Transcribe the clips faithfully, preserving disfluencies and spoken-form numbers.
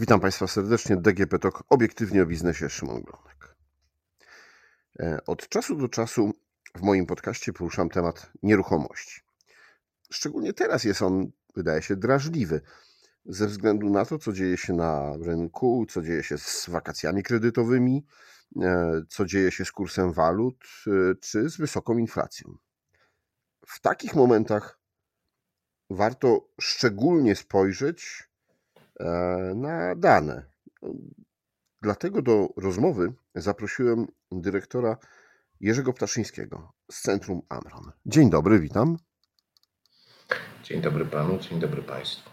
Witam Państwa serdecznie. D G P Talk, obiektywnie o biznesie, Szymon Glonek. Od czasu do czasu w moim podcaście poruszam temat nieruchomości. Szczególnie teraz jest on, wydaje się, drażliwy ze względu na to, co dzieje się na rynku, co dzieje się z wakacjami kredytowymi, co dzieje się z kursem walut, czy z wysoką inflacją. W takich momentach warto szczególnie spojrzeć na dane. Dlatego do rozmowy zaprosiłem dyrektora Jerzego Ptaszyńskiego z Centrum Amron. Dzień dobry, witam. Dzień dobry panu, dzień dobry państwu.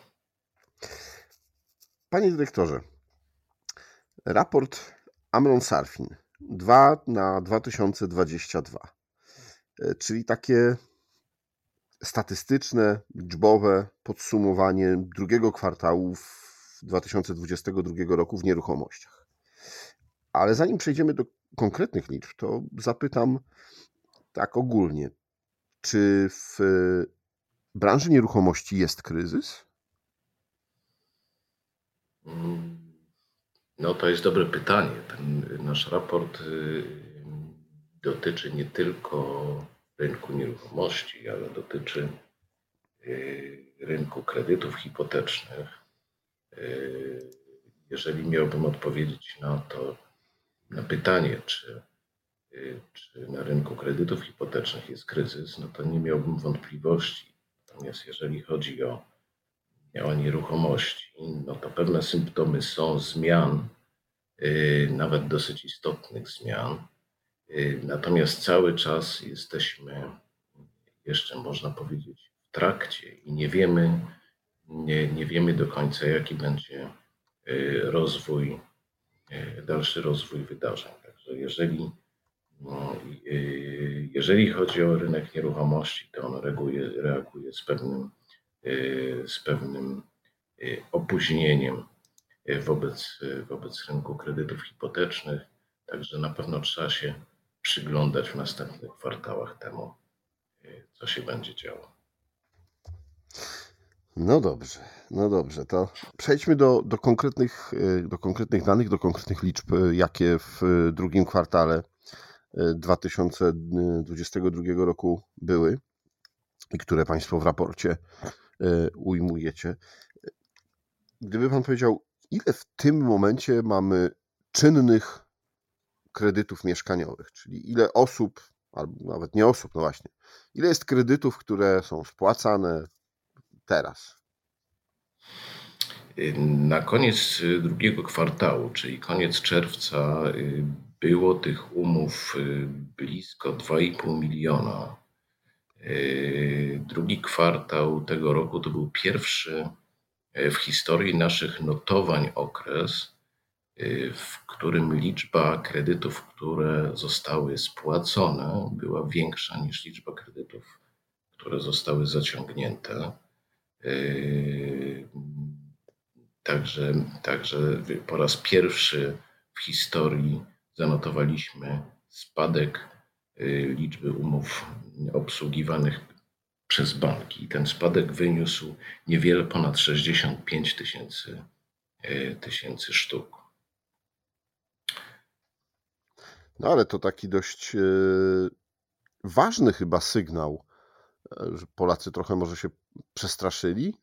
Panie dyrektorze, raport Amron Sarfin dwa na dwa tysiące dwudziesty drugi, czyli takie statystyczne, liczbowe podsumowanie drugiego kwartału dwa tysiące dwudziestego drugiego roku w nieruchomościach. Ale zanim przejdziemy do konkretnych liczb, to zapytam tak ogólnie, czy w branży nieruchomości jest kryzys? No to jest dobre pytanie. Ten nasz raport dotyczy nie tylko rynku nieruchomości, ale dotyczy rynku kredytów hipotecznych. Jeżeli miałbym odpowiedzieć na to, na pytanie, czy, czy na rynku kredytów hipotecznych jest kryzys, no to nie miałbym wątpliwości. Natomiast jeżeli chodzi o, o nieruchomości, no to pewne symptomy są zmian, nawet dosyć istotnych zmian. Natomiast cały czas jesteśmy jeszcze, można powiedzieć, w trakcie i nie wiemy, nie, nie wiemy do końca, jaki będzie rozwój, dalszy rozwój wydarzeń. Także jeżeli, no, jeżeli chodzi o rynek nieruchomości, to on reaguje, reaguje z pewnym, z pewnym opóźnieniem wobec, wobec rynku kredytów hipotecznych. Także na pewno trzeba się przyglądać w następnych kwartałach temu, co się będzie działo. No dobrze, no dobrze, to przejdźmy do, do, konkretnych, do konkretnych danych, do konkretnych liczb, jakie w drugim kwartale dwa tysiące dwudziestego drugiego roku były i które Państwo w raporcie ujmujecie. Gdyby Pan powiedział, ile w tym momencie mamy czynnych kredytów mieszkaniowych, czyli ile osób, albo nawet nie osób, no właśnie, ile jest kredytów, które są spłacane teraz? Na koniec drugiego kwartału, czyli koniec czerwca, było tych umów blisko dwa i pół miliona. Drugi kwartał tego roku to był pierwszy w historii naszych notowań okres, w którym liczba kredytów, które zostały spłacone, była większa niż liczba kredytów, które zostały zaciągnięte. Także, także po raz pierwszy w historii zanotowaliśmy spadek liczby umów obsługiwanych przez banki. Ten spadek wyniósł niewiele ponad sześćdziesiąt pięć tysięcy tysięcy sztuk. No ale to taki dość ważny chyba sygnał, że Polacy trochę może się przestraszyli.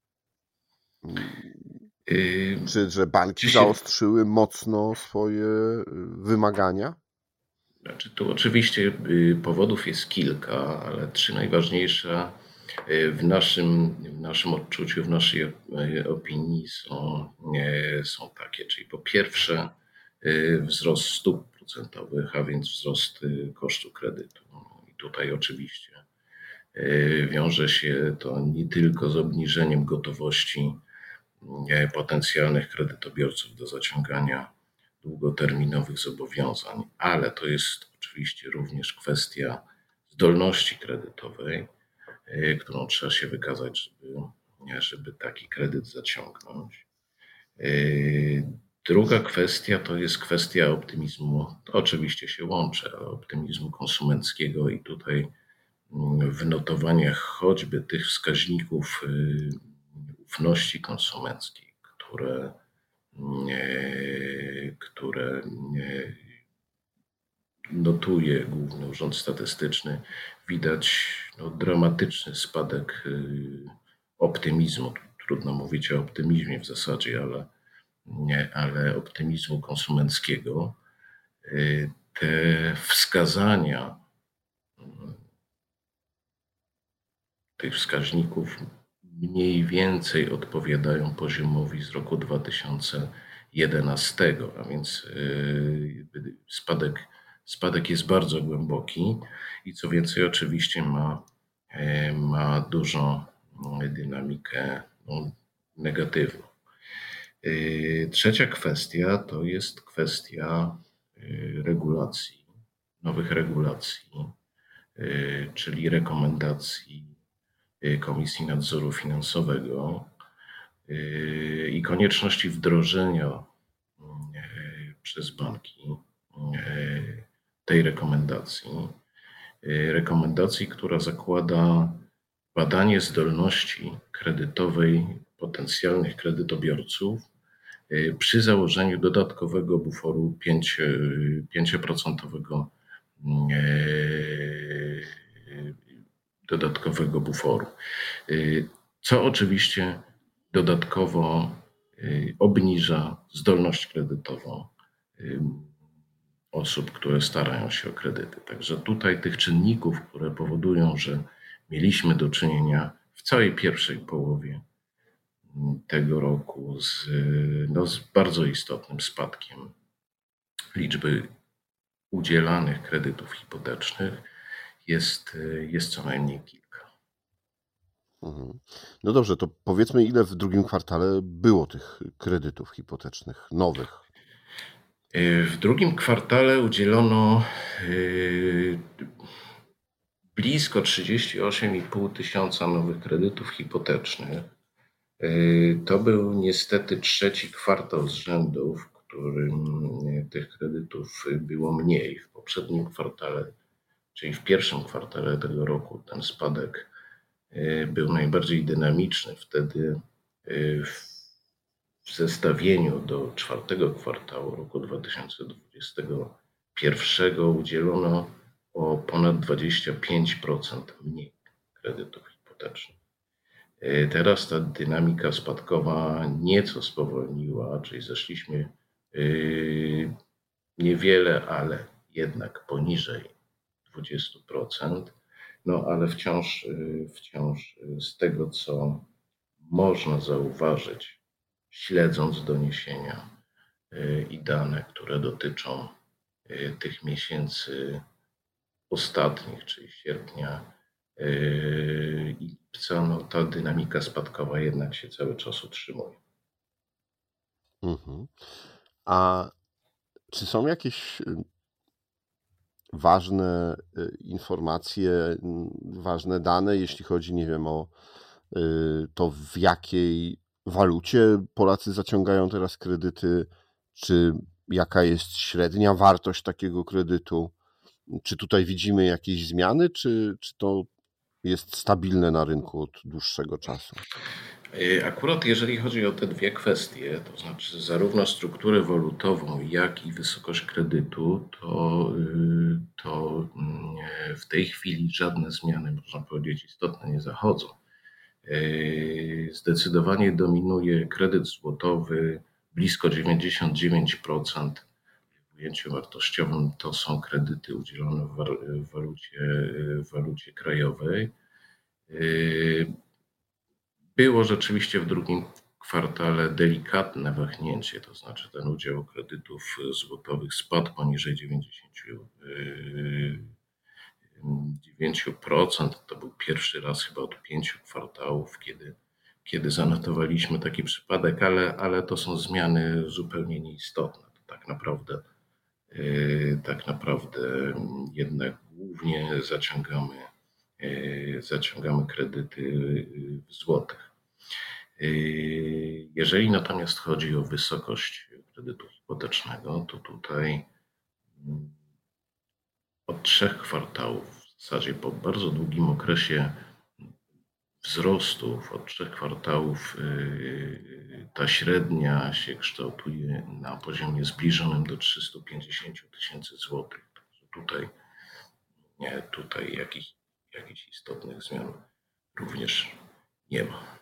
Czy że banki zaostrzyły mocno swoje wymagania? Znaczy, tu oczywiście powodów jest kilka, ale trzy najważniejsze w naszym, w naszym odczuciu, w naszej opinii są, są takie. Czyli po pierwsze wzrost stóp procentowych, a więc wzrost kosztu kredytu. I tutaj oczywiście wiąże się to nie tylko z obniżeniem gotowości potencjalnych kredytobiorców do zaciągania długoterminowych zobowiązań, ale to jest oczywiście również kwestia zdolności kredytowej, którą trzeba się wykazać, żeby, żeby taki kredyt zaciągnąć. Druga kwestia to jest kwestia optymizmu, to oczywiście się łączy, ale optymizmu konsumenckiego i tutaj w notowaniach choćby tych wskaźników ufności konsumenckiej, które które notuje Główny Urząd Statystyczny, widać no, dramatyczny spadek optymizmu. Trudno mówić o optymizmie w zasadzie, ale, nie, ale optymizmu konsumenckiego. Te wskazania tych wskaźników mniej więcej odpowiadają poziomowi z roku dwa tysiące jedenastego, a więc spadek, spadek jest bardzo głęboki i co więcej oczywiście ma, ma dużą dynamikę no, negatywną. Trzecia kwestia to jest kwestia regulacji, nowych regulacji, czyli rekomendacji Komisji Nadzoru Finansowego i konieczności wdrożenia przez banki tej rekomendacji. Rekomendacji, która zakłada badanie zdolności kredytowej potencjalnych kredytobiorców przy założeniu dodatkowego buforu pięć procent dodatkowego buforu, co oczywiście dodatkowo obniża zdolność kredytową osób, które starają się o kredyty. Także tutaj tych czynników, które powodują, że mieliśmy do czynienia w całej pierwszej połowie tego roku z, no, z bardzo istotnym spadkiem liczby udzielanych kredytów hipotecznych, jest, jest co najmniej kilka. Mhm. No dobrze, to powiedzmy, ile w drugim kwartale było tych kredytów hipotecznych nowych? W drugim kwartale udzielono blisko trzydzieści osiem i pół tysiąca nowych kredytów hipotecznych. To był niestety trzeci kwartał z rzędu, w którym tych kredytów było mniej. W poprzednim kwartale, czyli w pierwszym kwartale tego roku, ten spadek był najbardziej dynamiczny. Wtedy w zestawieniu do czwartego kwartału roku dwa tysiące dwudziestego pierwszego udzielono o ponad dwadzieścia pięć procent mniej kredytów hipotecznych. Teraz ta dynamika spadkowa nieco spowolniła, czyli zeszliśmy niewiele, ale jednak poniżej dwadzieścia procent. No ale wciąż, wciąż z tego, co można zauważyć, śledząc doniesienia i dane, które dotyczą tych miesięcy ostatnich, czyli sierpnia i lipca, no ta dynamika spadkowa jednak się cały czas utrzymuje. Mhm. A czy są jakieś ważne informacje, ważne dane, jeśli chodzi, nie wiem, o to, w jakiej walucie Polacy zaciągają teraz kredyty, czy jaka jest średnia wartość takiego kredytu? Czy tutaj widzimy jakieś zmiany, czy, czy to jest stabilne na rynku od dłuższego czasu? Akurat jeżeli chodzi o te dwie kwestie, to znaczy zarówno strukturę walutową, jak i wysokość kredytu, to, to w tej chwili żadne zmiany, można powiedzieć, istotne nie zachodzą. Zdecydowanie dominuje kredyt złotowy, blisko dziewięćdziesiąt dziewięć procent. W ujęciu wartościowym to są kredyty udzielone w walucie, w walucie krajowej. Było rzeczywiście w drugim kwartale delikatne wahnięcie, to znaczy ten udział kredytów złotowych spadł poniżej dziewięćdziesiąt dziewięć procent. To był pierwszy raz chyba od pięciu kwartałów, kiedy, kiedy zanotowaliśmy taki przypadek, ale, ale to są zmiany zupełnie nieistotne. To tak naprawdę, tak naprawdę jednak głównie zaciągamy, zaciągamy kredyty w złotych. Jeżeli natomiast chodzi o wysokość kredytu hipotecznego, to tutaj od trzech kwartałów, w zasadzie po bardzo długim okresie wzrostów od trzech kwartałów ta średnia się kształtuje na poziomie zbliżonym do trzystu pięćdziesięciu tysięcy złotych. Także tutaj, nie, tutaj jakichś, jakichś istotnych zmian również nie ma.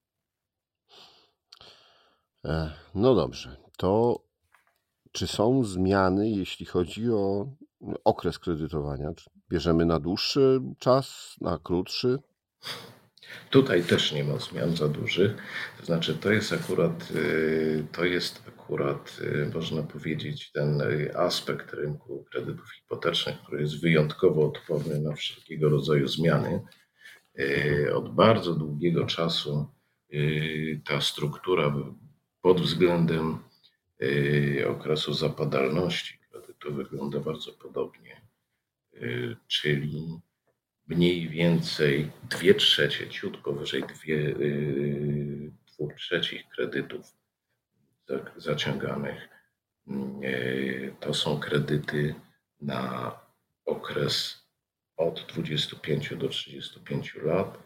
No dobrze, to czy są zmiany, jeśli chodzi o okres kredytowania? Czy bierzemy na dłuższy czas, na krótszy? Tutaj też nie ma zmian za dużych. To znaczy, to jest akurat, to jest akurat, można powiedzieć, ten aspekt rynku kredytów hipotecznych, który jest wyjątkowo odporny na wszelkiego rodzaju zmiany. Od bardzo długiego czasu ta struktura pod względem okresu zapadalności kredytu wygląda bardzo podobnie, czyli mniej więcej dwie trzecie, ciut powyżej dwie, dwóch trzecich kredytów zaciąganych to są kredyty na okres od dwudziestu pięciu do trzydziestu pięciu lat.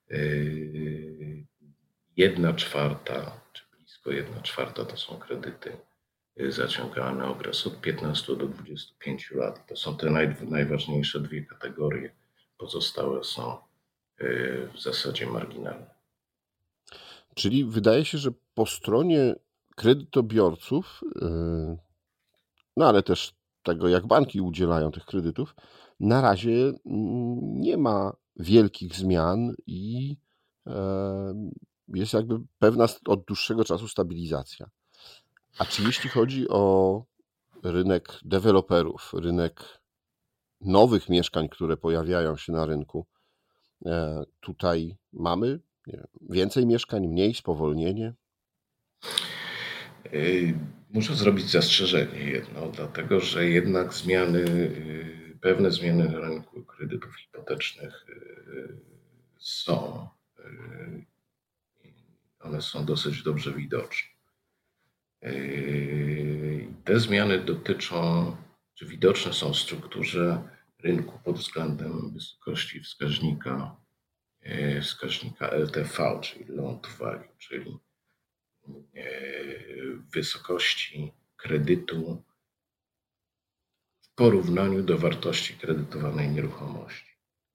Jedna czwarta, czy blisko jedna czwarta to są kredyty zaciągane na okres od piętnastu do dwudziestu pięciu lat. To są te naj, najważniejsze dwie kategorie. Pozostałe są w zasadzie marginalne. Czyli wydaje się, że po stronie kredytobiorców, no ale też tego, jak banki udzielają tych kredytów, na razie nie ma wielkich zmian i jest jakby pewna od dłuższego czasu stabilizacja. A czy jeśli chodzi o rynek deweloperów, rynek nowych mieszkań, które pojawiają się na rynku, tutaj mamy nie wiem, więcej mieszkań, mniej, spowolnienie? Muszę zrobić zastrzeżenie jedno, dlatego że jednak zmiany, pewne zmiany na rynku kredytów hipotecznych są. One są dosyć dobrze widoczne. Te zmiany dotyczą, czy widoczne są w strukturze rynku pod względem wysokości wskaźnika, wskaźnika L T V, czyli loan to value, czyli wysokości kredytu w porównaniu do wartości kredytowanej nieruchomości.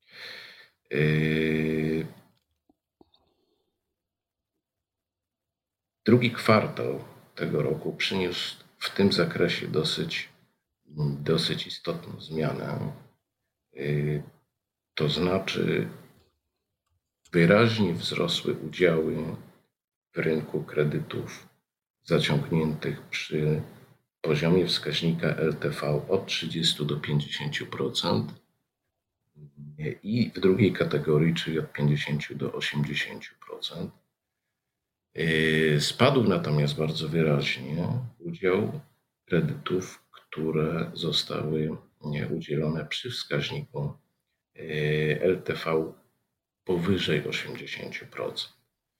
Drugi kwartał tego roku przyniósł w tym zakresie dosyć, dosyć istotną zmianę. To znaczy wyraźnie wzrosły udziały w rynku kredytów zaciągniętych przy poziomie wskaźnika L T V od trzydziestu do pięćdziesięciu procent i w drugiej kategorii, czyli od pięćdziesięciu do osiemdziesięciu procent. Spadł natomiast bardzo wyraźnie udział kredytów, które zostały udzielone przy wskaźniku L T V powyżej osiemdziesięciu procent.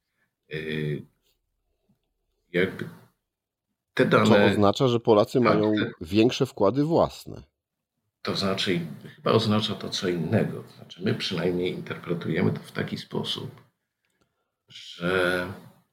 Jakby te dane, co oznacza, że Polacy tak, mają te, większe wkłady własne. To znaczy, chyba oznacza to co innego. To znaczy, my przynajmniej interpretujemy to w taki sposób, że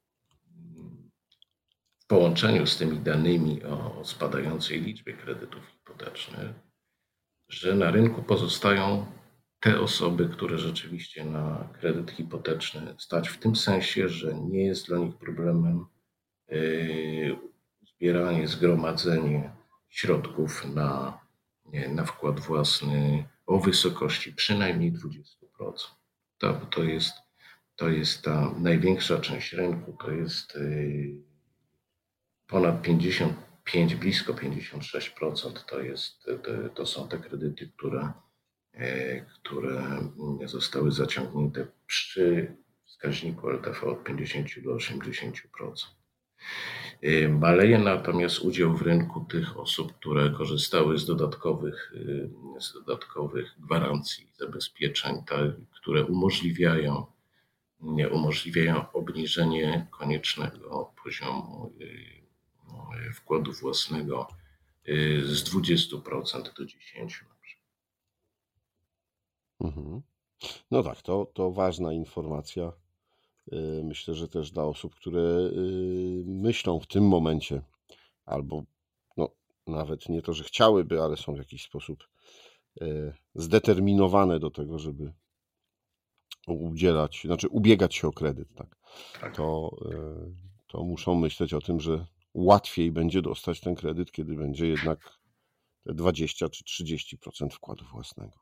w połączeniu z tymi danymi o spadającej liczbie kredytów hipotecznych, że na rynku pozostają te osoby, które rzeczywiście na kredyt hipoteczny stać, w tym sensie, że nie jest dla nich problemem yy, zbieranie, zgromadzenie środków na, nie, na wkład własny o wysokości przynajmniej dwadzieścia procent. To, to, jest, to jest ta największa część rynku, to jest yy, ponad pięćdziesiąt pięć, blisko pięćdziesiąt sześć procent to, jest, to, to są te kredyty, które, które zostały zaciągnięte przy wskaźniku L T V od pięćdziesięciu do osiemdziesięciu procent. Maleje natomiast udział w rynku tych osób, które korzystały z dodatkowych, z dodatkowych gwarancji, zabezpieczeń, tak, które umożliwiają, nie, umożliwiają obniżenie koniecznego poziomu wkładu własnego z dwudziestu procent do dziesięciu procent. Mhm. No tak, to, to ważna informacja. Y, Myślę, że też dla osób, które y, myślą w tym momencie, albo no, nawet nie to, że chciałyby, ale są w jakiś sposób y, zdeterminowane do tego, żeby udzielać, znaczy ubiegać się o kredyt, tak, Tak. to, y, to muszą myśleć o tym, że łatwiej będzie dostać ten kredyt, kiedy będzie jednak te dwadzieścia czy trzydzieści procent wkładu własnego.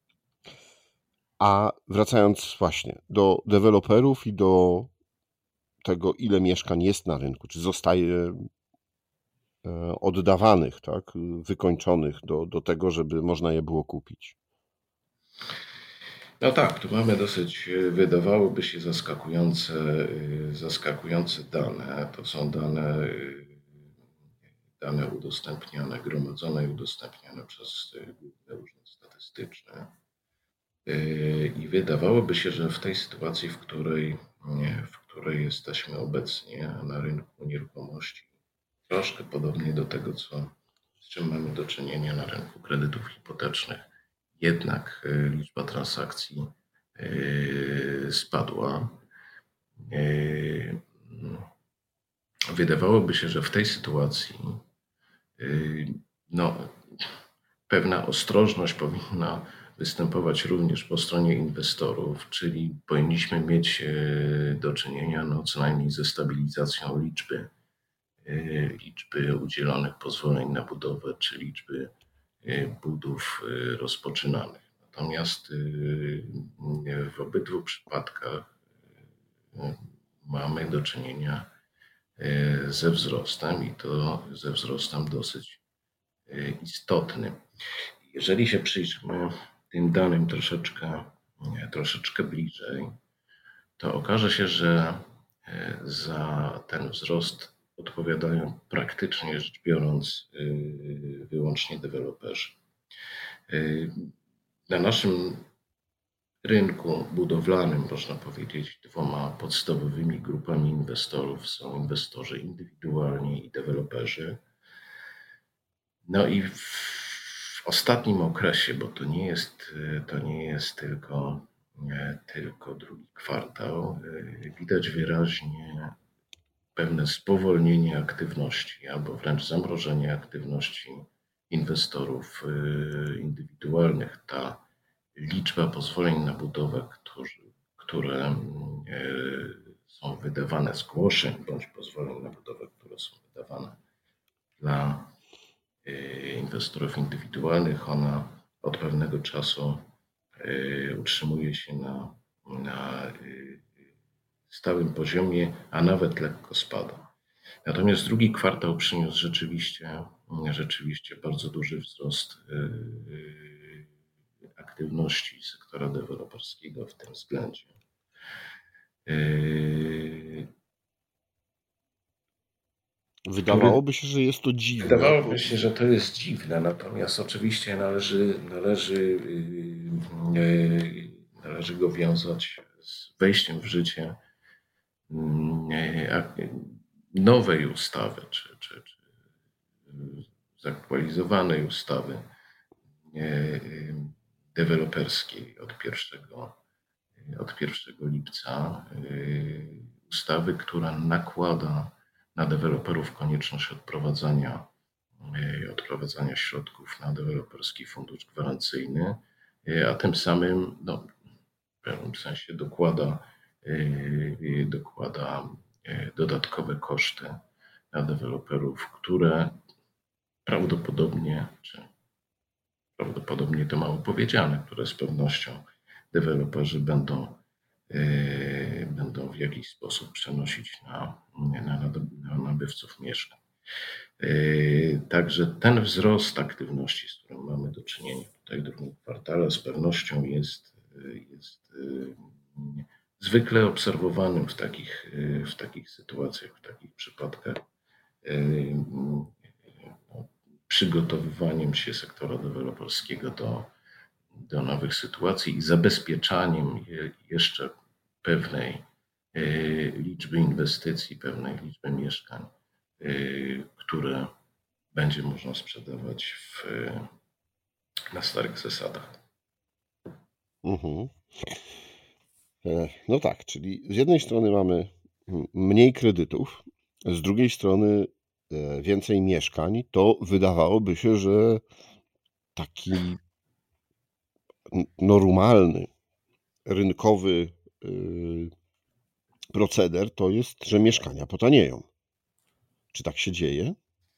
A wracając właśnie do deweloperów i do tego, ile mieszkań jest na rynku, czy zostaje oddawanych, tak, wykończonych do, do tego, żeby można je było kupić. No tak, tu mamy dosyć, wydawałoby się, zaskakujące, zaskakujące dane. To są dane, dane udostępniane, gromadzone i udostępniane przez Główny Urząd Statystyczny. I wydawałoby się, że w tej sytuacji, w której, w której jesteśmy obecnie na rynku nieruchomości, troszkę podobnie do tego, co, z czym mamy do czynienia na rynku kredytów hipotecznych, jednak liczba transakcji spadła. Wydawałoby się, że w tej sytuacji no, pewna ostrożność powinna występować również po stronie inwestorów, czyli powinniśmy mieć do czynienia no, co najmniej ze stabilizacją liczby, liczby udzielonych pozwoleń na budowę, czy liczby budów rozpoczynanych. Natomiast w obydwu przypadkach mamy do czynienia ze wzrostem i to ze wzrostem dosyć istotnym. Jeżeli się przyjrzymy tym danym troszeczkę, troszeczkę bliżej, to okaże się, że za ten wzrost odpowiadają praktycznie rzecz biorąc wyłącznie deweloperzy. Na naszym rynku budowlanym, można powiedzieć, dwoma podstawowymi grupami inwestorów są inwestorzy indywidualni i deweloperzy. No i w ostatnim okresie, bo to nie jest, to nie jest tylko, tylko drugi kwartał, widać wyraźnie pewne spowolnienie aktywności albo wręcz zamrożenie aktywności inwestorów indywidualnych. Ta liczba pozwoleń na budowę, którzy, które są wydawane, zgłoszeń bądź pozwoleń na budowę, które są wydawane dla inwestorów indywidualnych, ona od pewnego czasu utrzymuje się na, na stałym poziomie, a nawet lekko spada. Natomiast drugi kwartał przyniósł rzeczywiście, rzeczywiście bardzo duży wzrost aktywności sektora deweloperskiego w tym względzie. Wydawałoby się, że jest to dziwne. Wydawałoby się, że to jest dziwne, natomiast oczywiście należy, należy, należy go wiązać z wejściem w życie nowej ustawy, czy, czy, czy zaktualizowanej ustawy deweloperskiej od pierwszego, od pierwszego lipca. Ustawy, która nakłada na deweloperów konieczność odprowadzania, odprowadzania środków na deweloperski fundusz gwarancyjny, a tym samym no, w pewnym sensie dokłada, dokłada dodatkowe koszty na deweloperów, które prawdopodobnie, czy prawdopodobnie to mało powiedziane, które z pewnością deweloperzy będą, będą w jakiś sposób przenosić na, na, na nabywców mieszkań. Także ten wzrost aktywności, z którym mamy do czynienia tutaj w drugim kwartale, z pewnością jest, jest zwykle obserwowanym w takich, w takich sytuacjach, w takich przypadkach przygotowywaniem się sektora deweloperskiego do, do nowych sytuacji i zabezpieczaniem jeszcze pewnej liczby inwestycji, pewnej liczby mieszkań, które będzie można sprzedawać w, na starych zasadach. Mhm. E, No tak, czyli z jednej strony mamy mm, mniej kredytów, z drugiej strony e, więcej mieszkań. To wydawałoby się, że taki n- normalny, rynkowy y, proceder to jest, że mieszkania potanieją. Czy tak się dzieje?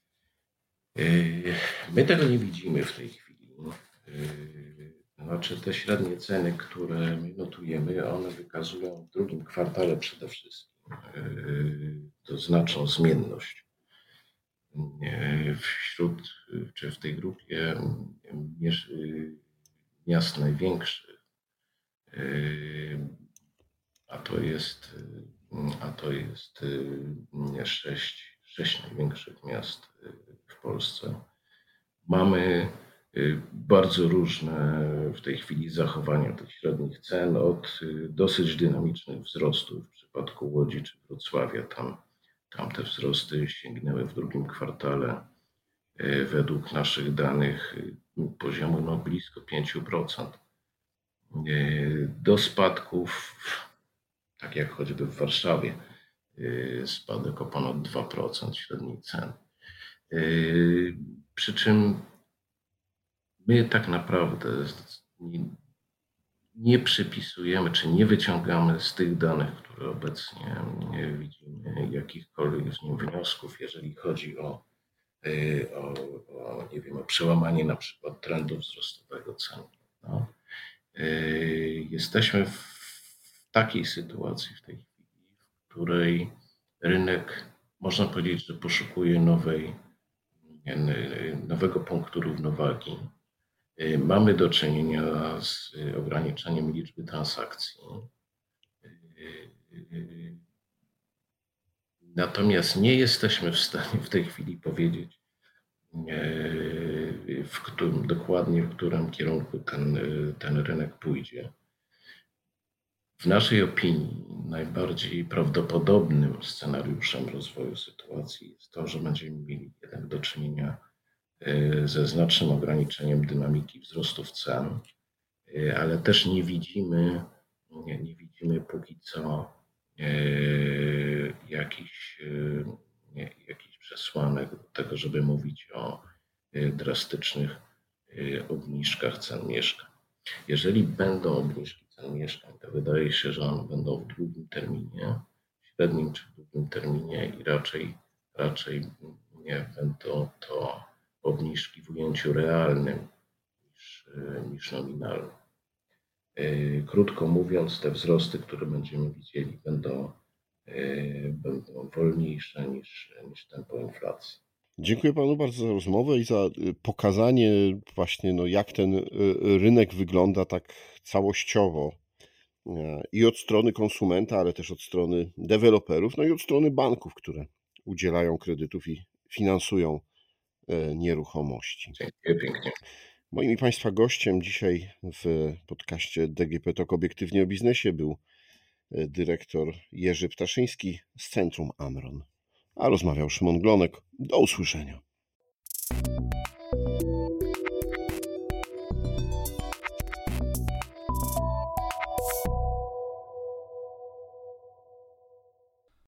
Yy, My tego nie widzimy w tej chwili. Yy, Znaczy te średnie ceny, które my notujemy, one wykazują w drugim kwartale przede wszystkim yy, to znaczną zmienność. Yy, Wśród, czy w tej grupie miesz- yy, miast największych, yy, a to jest, yy, a to jest yy, sześć, sześć największych miast yy, w Polsce. Mamy y, bardzo różne w tej chwili zachowania tych średnich cen, od y, dosyć dynamicznych wzrostów w przypadku Łodzi czy Wrocławia. Tam, tam te wzrosty sięgnęły w drugim kwartale y, według naszych danych y, poziomu no, blisko pięć procent. Y, Do spadków, tak jak choćby w Warszawie, y, spadek o ponad dwa procent średniej cen. Y, Przy czym my tak naprawdę nie, nie przypisujemy, czy nie wyciągamy z tych danych, które obecnie widzimy, jakichkolwiek z nich wniosków, jeżeli chodzi o, y, o, o, nie wiem, o przełamanie na przykład trendu wzrostowego cen. No. Y, Jesteśmy w takiej sytuacji w tej chwili, w której rynek, można powiedzieć, że poszukuje nowej, nowego punktu równowagi. Mamy do czynienia z ograniczeniem liczby transakcji. Natomiast nie jesteśmy w stanie w tej chwili powiedzieć, w którym, dokładnie w którym kierunku ten, ten rynek pójdzie. W naszej opinii najbardziej prawdopodobnym scenariuszem rozwoju sytuacji jest to, że będziemy mieli jednak do czynienia ze znacznym ograniczeniem dynamiki wzrostów cen, ale też nie widzimy, nie, nie widzimy póki co e, jakichś, e, jakichś przesłanek do tego, żeby mówić o e, drastycznych e, obniżkach cen mieszkań. Jeżeli będą obniżki cen mieszkań, to wydaje się, że one będą w długim terminie, średnim czy długim terminie i raczej, raczej nie będą to obniżki w ujęciu realnym niż, niż nominalnym. Krótko mówiąc, te wzrosty, które będziemy widzieli, będą, będą wolniejsze niż, niż tempo inflacji. Dziękuję panu bardzo za rozmowę i za y, pokazanie właśnie, no, jak ten y, rynek wygląda tak całościowo. E, I od strony konsumenta, ale też od strony deweloperów, no i od strony banków, które udzielają kredytów i finansują e, nieruchomości. Dziękuję pięknie. Moim i państwa gościem dzisiaj w podcaście D G P Talk Obiektywnie o Biznesie był e, dyrektor Jerzy Ptaszyński z Centrum Amron. A rozmawiał Szymon Glonek. Do usłyszenia.